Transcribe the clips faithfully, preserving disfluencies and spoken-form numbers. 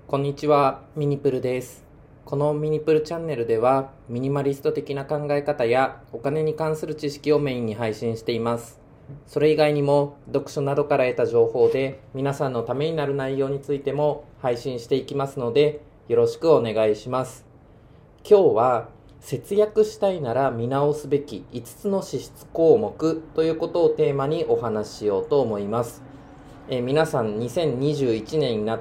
こんにちは、ミニプルです。このミニプルチャンネルでは、ミニマリスト的な考え方やお金に関する知識をメインに配信しています。それ以外にも、読書などから得た情報で皆さんのためになる内容についても配信していきますので、よろしくお願いします。今日は、節約したいなら見直すべきいつつの支出項目ということをテーマにお話ししようと思います。えー皆さんにせんにじゅういちねんになって、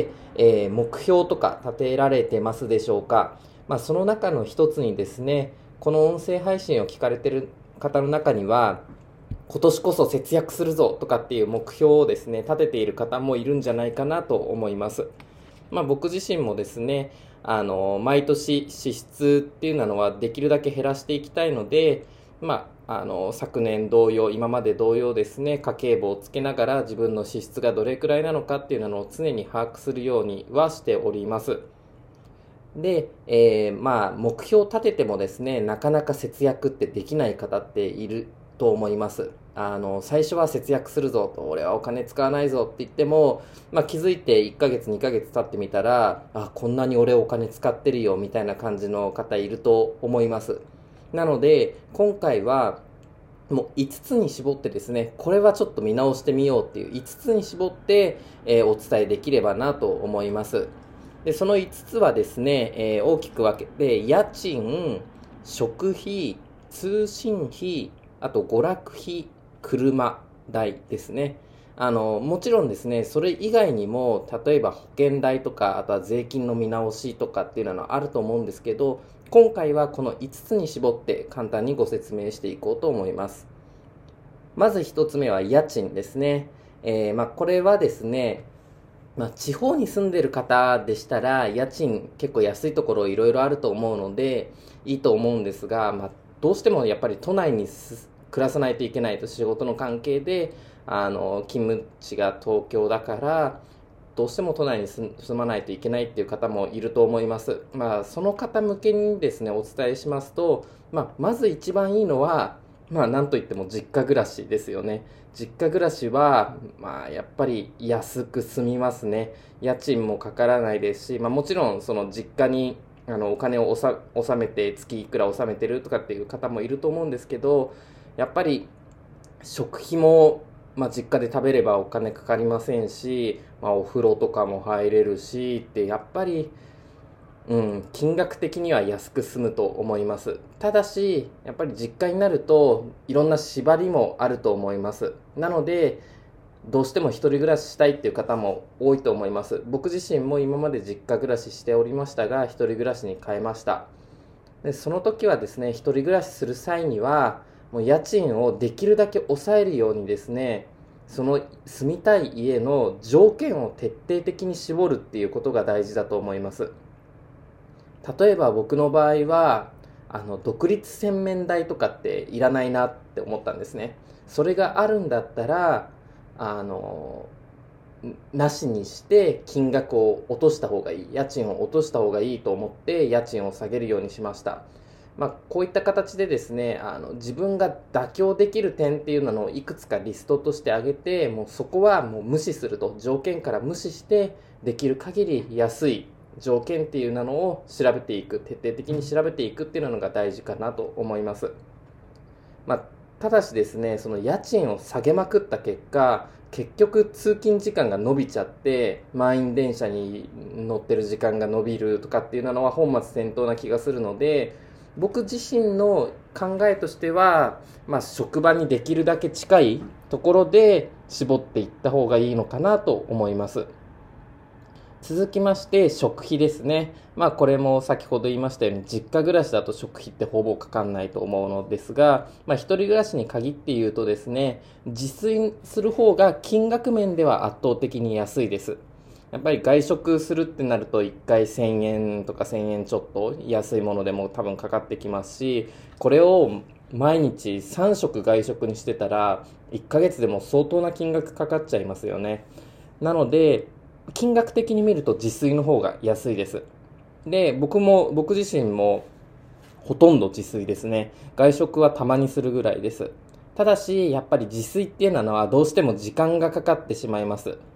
えー目標とか立てられてますでしょうか。まあ、その中の一つにですね、この音声配信を聞かれている方の中には、今年こそ節約するぞとかっていう目標をですね、立てている方もいるんじゃないかなと思います。まあ、僕自身もですね、あの毎年支出っていうのはできるだけ減らしていきたいので、まあ、あの昨年同様今まで同様ですね、家計簿をつけながら自分の支出がどれくらいなのかっていうのを常に把握するようにはしております。で、えーまあ目標を立ててもですね、なかなか節約ってできない方っていると思います。あの最初は節約するぞと、俺はお金使わないぞって言っても、まあ、気づいていっかげつにかげつ経ってみたら、あ、こんなに俺お金使ってるよみたいな感じの方いると思います。なので今回はもういつつに絞ってですね、これはちょっと見直してみようっていういつつに絞って、えーお伝えできればなと思います。で、そのいつつはですね、えー大きく分けて、家賃、食費、通信費、あと娯楽費、車代ですね。あの、もちろんですね、それ以外にも、例えば保険代とか、あとは税金の見直しとかっていうのはあると思うんですけど、今回はこのいつつに絞って簡単にご説明していこうと思います。まずひとつめは家賃ですね。えーまあ、これはですね、まあ、地方に住んでる方でしたら家賃結構安いところいろいろあると思うのでいいと思うんですが、まあ、どうしてもやっぱり都内にす暮らさないといけないと、仕事の関係であの勤務地が東京だからどうしても都内に住住まないといけないっていう方もいると思います。まあ、その方向けにですねお伝えしますと、まあ、まず一番いいのは、まあ、なんといっても実家暮らしですよね。実家暮らしは、まあ、やっぱり安く済みますね。家賃もかからないですし、まあ、もちろんその実家にあのお金を納めて月いくら納めてるとかっていう方もいると思うんですけど、やっぱり食費も、まあ、実家で食べればお金かかりませんし、まあ、お風呂とかも入れるしってやっぱり、うん、金額的には安く済むと思います。ただしやっぱり実家になるといろんな縛りもあると思います。なのでどうしても一人暮らししたいっていう方も多いと思います。僕自身も今まで実家暮らししておりましたが、一人暮らしに変えました。でその時はですね、一人暮らしする際にはもう家賃をできるだけ抑えるようにですね、その住みたい家の条件を徹底的に絞るっていうことが大事だと思います。例えば僕の場合はあの独立洗面台とかっていらないなって思ったんですね。それがあるんだったらあのなしにして金額を落とした方がいい、家賃を落とした方がいいと思って家賃を下げるようにしました。まあ、こういった形でですね、あの自分が妥協できる点っていうのをいくつかリストとしてあげて、もうそこはもう無視すると、条件から無視してできる限り安い条件っていうのを調べていく、徹底的に調べていくっていうのが大事かなと思います。まあ、ただしですね、その家賃を下げまくった結果、結局通勤時間が伸びちゃって満員電車に乗ってる時間が伸びるとかっていうのは本末転倒な気がするので、僕自身の考えとしては、まあ、職場にできるだけ近いところで絞っていった方がいいのかなと思います。続きまして食費ですね。まあこれも先ほど言いましたように実家暮らしだと食費ってほぼかかんないと思うのですが、まあ一人暮らしに限って言うとですね、自炊する方が金額面では圧倒的に安いです。やっぱり外食するってなるといっかいせんえんとかせんえんちょっと安いものでも多分かかってきますし、これを毎日さん食外食にしてたらいっかげつでも相当な金額かかっちゃいますよね。なので金額的に見ると自炊の方が安いです。で、僕も、僕自身もほとんど自炊ですね。外食はたまにするぐらいです。ただし、やっぱり自炊っていうのはどうしても時間がかかってしまいます。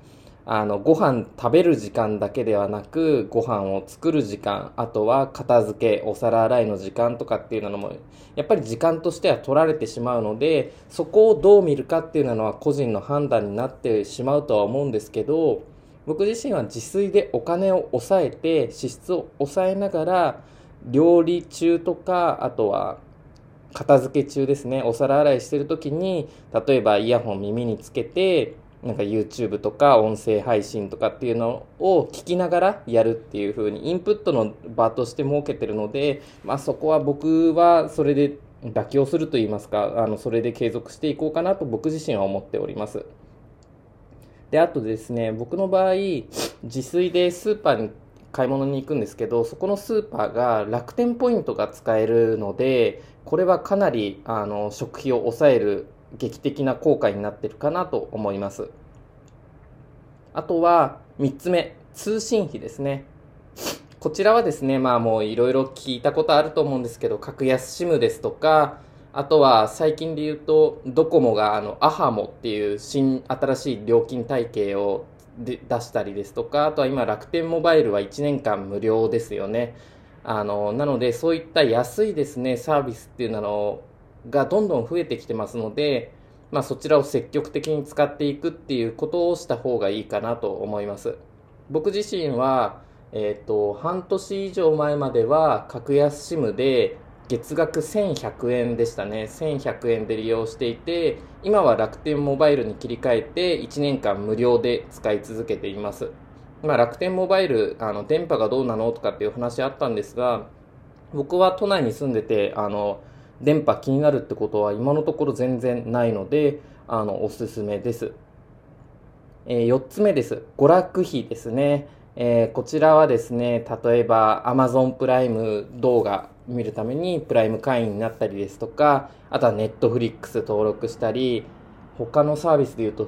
あのご飯食べる時間だけではなく、ご飯を作る時間、あとは片付け、お皿洗いの時間とかっていうのもやっぱり時間としては取られてしまうので、そこをどう見るかっていうのは個人の判断になってしまうとは思うんですけど、僕自身は自炊でお金を抑えて支出を抑えながら、料理中とか、あとは片付け中ですね、お皿洗いしてる時に例えばイヤホン耳につけて、なんか YouTube とか音声配信とかっていうのを聞きながらやるっていう風にインプットの場として設けてるので、まあ、そこは僕はそれで妥協すると言いますか、あのそれで継続していこうかなと僕自身は思っております。で、あとですね、僕の場合自炊でスーパーに買い物に行くんですけど、そこのスーパーが楽天ポイントが使えるので、これはかなりあの食費を抑える劇的な効果になっているかなと思います。あとはみっつめ、通信費ですね。こちらはですね、まあもういろいろ聞いたことあると思うんですけど、格安 SIM ですとか、あとは最近で言うとドコモがあのアハモっていう新新しい料金体系をで出したりですとか、あとは今楽天モバイルはいちねんかん無料ですよね。あのなのでそういった安いですねサービスっていうのがどんどん増えてきてますので、まあ、そちらを積極的に使っていくっていうことをした方がいいかなと思います。僕自身は、えー、と半年以上前までは格安 SIM で月額せんひゃくえんでしたね。せんひゃくえんで利用していて、今は楽天モバイルに切り替えていちねんかん無料で使い続けています。まあ、楽天モバイルあの電波がどうなのとかっていう話あったんですが、僕は都内に住んでてあの電波気になるってことは今のところ全然ないので、あのおすすめです。えー、よっつめです。娯楽費ですね。えーこちらはですね、例えば Amazon プライム動画見るためにプライム会員になったりですとか、あとは Netflix 登録したり、他のサービスで言うと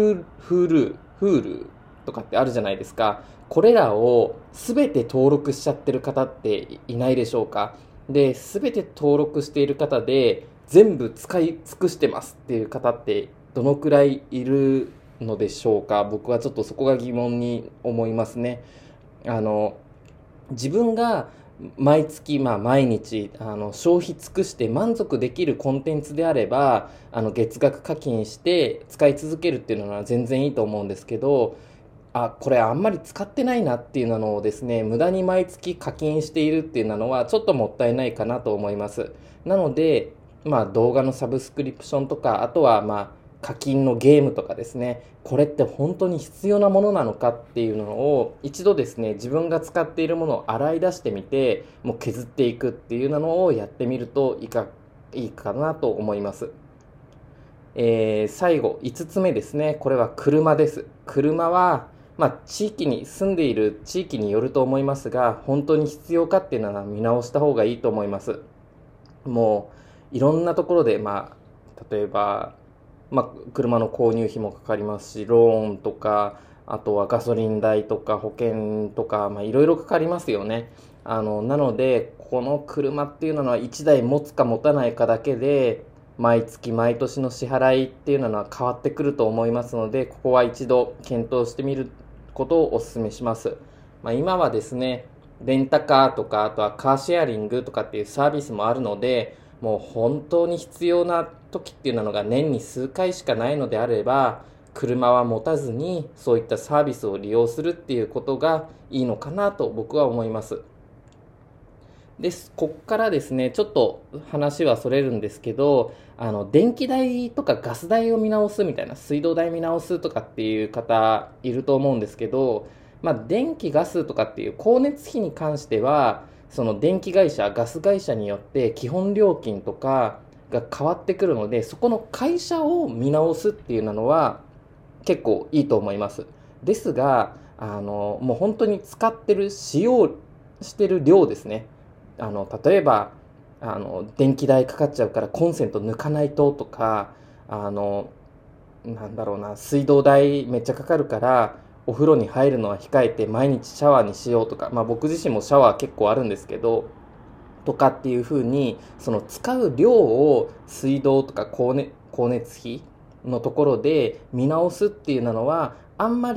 Hulu、Hulu とかってあるじゃないですか。これらを全て登録しちゃってる方っていないでしょうか。で、全て登録している方で全部使い尽くしてますっていう方ってどのくらいいるのでしょうか。僕はちょっとそこが疑問に思いますね。あの自分が毎月、まあ、毎日あの消費尽くして満足できるコンテンツであれば、あの月額課金して使い続けるっていうのは全然いいと思うんですけど、あ、これあんまり使ってないなっていうのをですね、無駄に毎月課金しているっていうのはちょっともったいないかなと思います。なので、まあ動画のサブスクリプションとか、あとはまあ課金のゲームとかですね、これって本当に必要なものなのかっていうのを一度ですね、自分が使っているものを洗い出してみて、もう削っていくっていうのをやってみるといいか、いいかなと思います。えー最後いつつめですね。これは車です。車は、まあ、地域に住んでいる地域によると思いますが、本当に必要かっていうのは見直した方がいいと思います。もういろんなところで、まあ、例えば、まあ、車の購入費もかかりますし、ローンとか、あとはガソリン代とか保険とか、まあ、いろいろかかりますよね。あのなのでこの車っていうのはいちだい持つか持たないかだけで毎月毎年の支払いっていうのは変わってくると思いますので、ここは一度検討してみることをお勧めします。まあ、今はですね、レンタカーとか、あとはカーシェアリングとかっていうサービスもあるので、もう本当に必要な時っていうのが年に数回しかないのであれば、車は持たずにそういったサービスを利用するっていうことがいいのかなと僕は思います。です。こっからですね、ちょっと話はそれるんですけど、あの電気代とかガス代を見直すみたいな、水道代見直すとかっていう方いると思うんですけど、まあ、電気ガスとかっていう光熱費に関しては、その電気会社ガス会社によって基本料金とかが変わってくるので、そこの会社を見直すっていうのは結構いいと思います。ですが、あのもう本当に使ってる使用してる量ですね。あの例えばあの電気代かかっちゃうからコンセント抜かないととか、あのなんだろうな、水道代めっちゃかかるからお風呂に入るのは控えて毎日シャワーにしようとか、まあ、僕自身もシャワー結構あるんですけどとかっていう風に、その使う量を水道とか光熱、光熱費のところで見直すっていうのはあんまり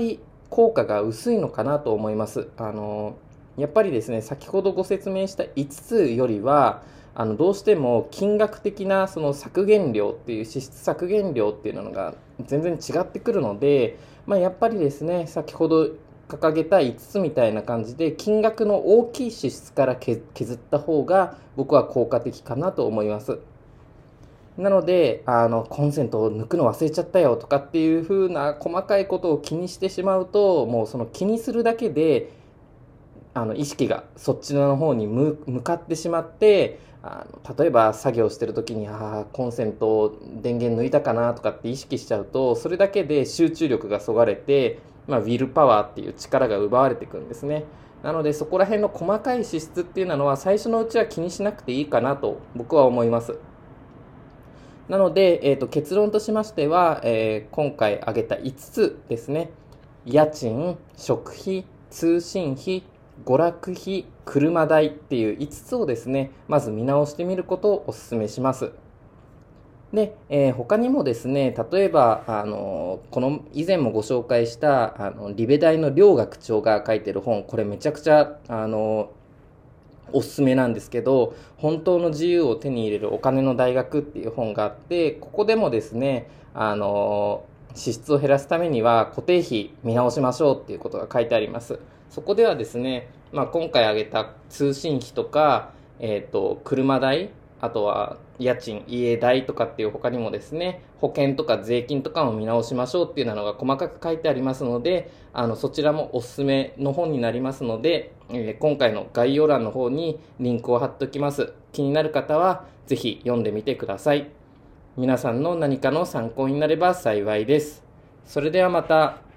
効果が薄いのかなと思います。あのやっぱりですね、先ほどご説明したいつつよりは、あのどうしても金額的なその削減量っていう支出削減量っていうのが全然違ってくるので、まあ、やっぱりですね、先ほど掲げたいつつみたいな感じで金額の大きい支出から削った方が僕は効果的かなと思います。なので、あの、コンセントを抜くの忘れちゃったよとかっていう風な細かいことを気にしてしまうと、もうその気にするだけで、あの、意識がそっちの方に向かってしまって、あの例えば作業してる時に、ああ、コンセント電源抜いたかなとかって意識しちゃうと、それだけで集中力がそがれて、まあ、ウィルパワーっていう力が奪われていくんですね。なので、そこら辺の細かい支出っていうのは最初のうちは気にしなくていいかなと僕は思います。なので、えー、と結論としましては、えー今回挙げたいつつですね。家賃、食費、通信費、娯楽費、車代っていういつつをですね、まず見直してみることをお勧めします。で、えー他にもですね、例えば、あのこの以前もご紹介したあのリベ大の両学長が書いてる本、これめちゃくちゃあのおすすめなんですけど、本当の自由を手に入れるお金の大学っていう本があって、ここでもですね、あの支出を減らすためには固定費見直しましょうっていうことが書いてあります。そこではですね、まあ、今回挙げた通信費とか、えっと、車代、あとは家賃、家代とかっていう他にもですね、保険とか税金とかも見直しましょうっていうのが細かく書いてありますので、あのそちらもおすすめの本になりますので、えー今回の概要欄の方にリンクを貼っておきます。気になる方はぜひ読んでみてください。皆さんの何かの参考になれば幸いです。それではまた。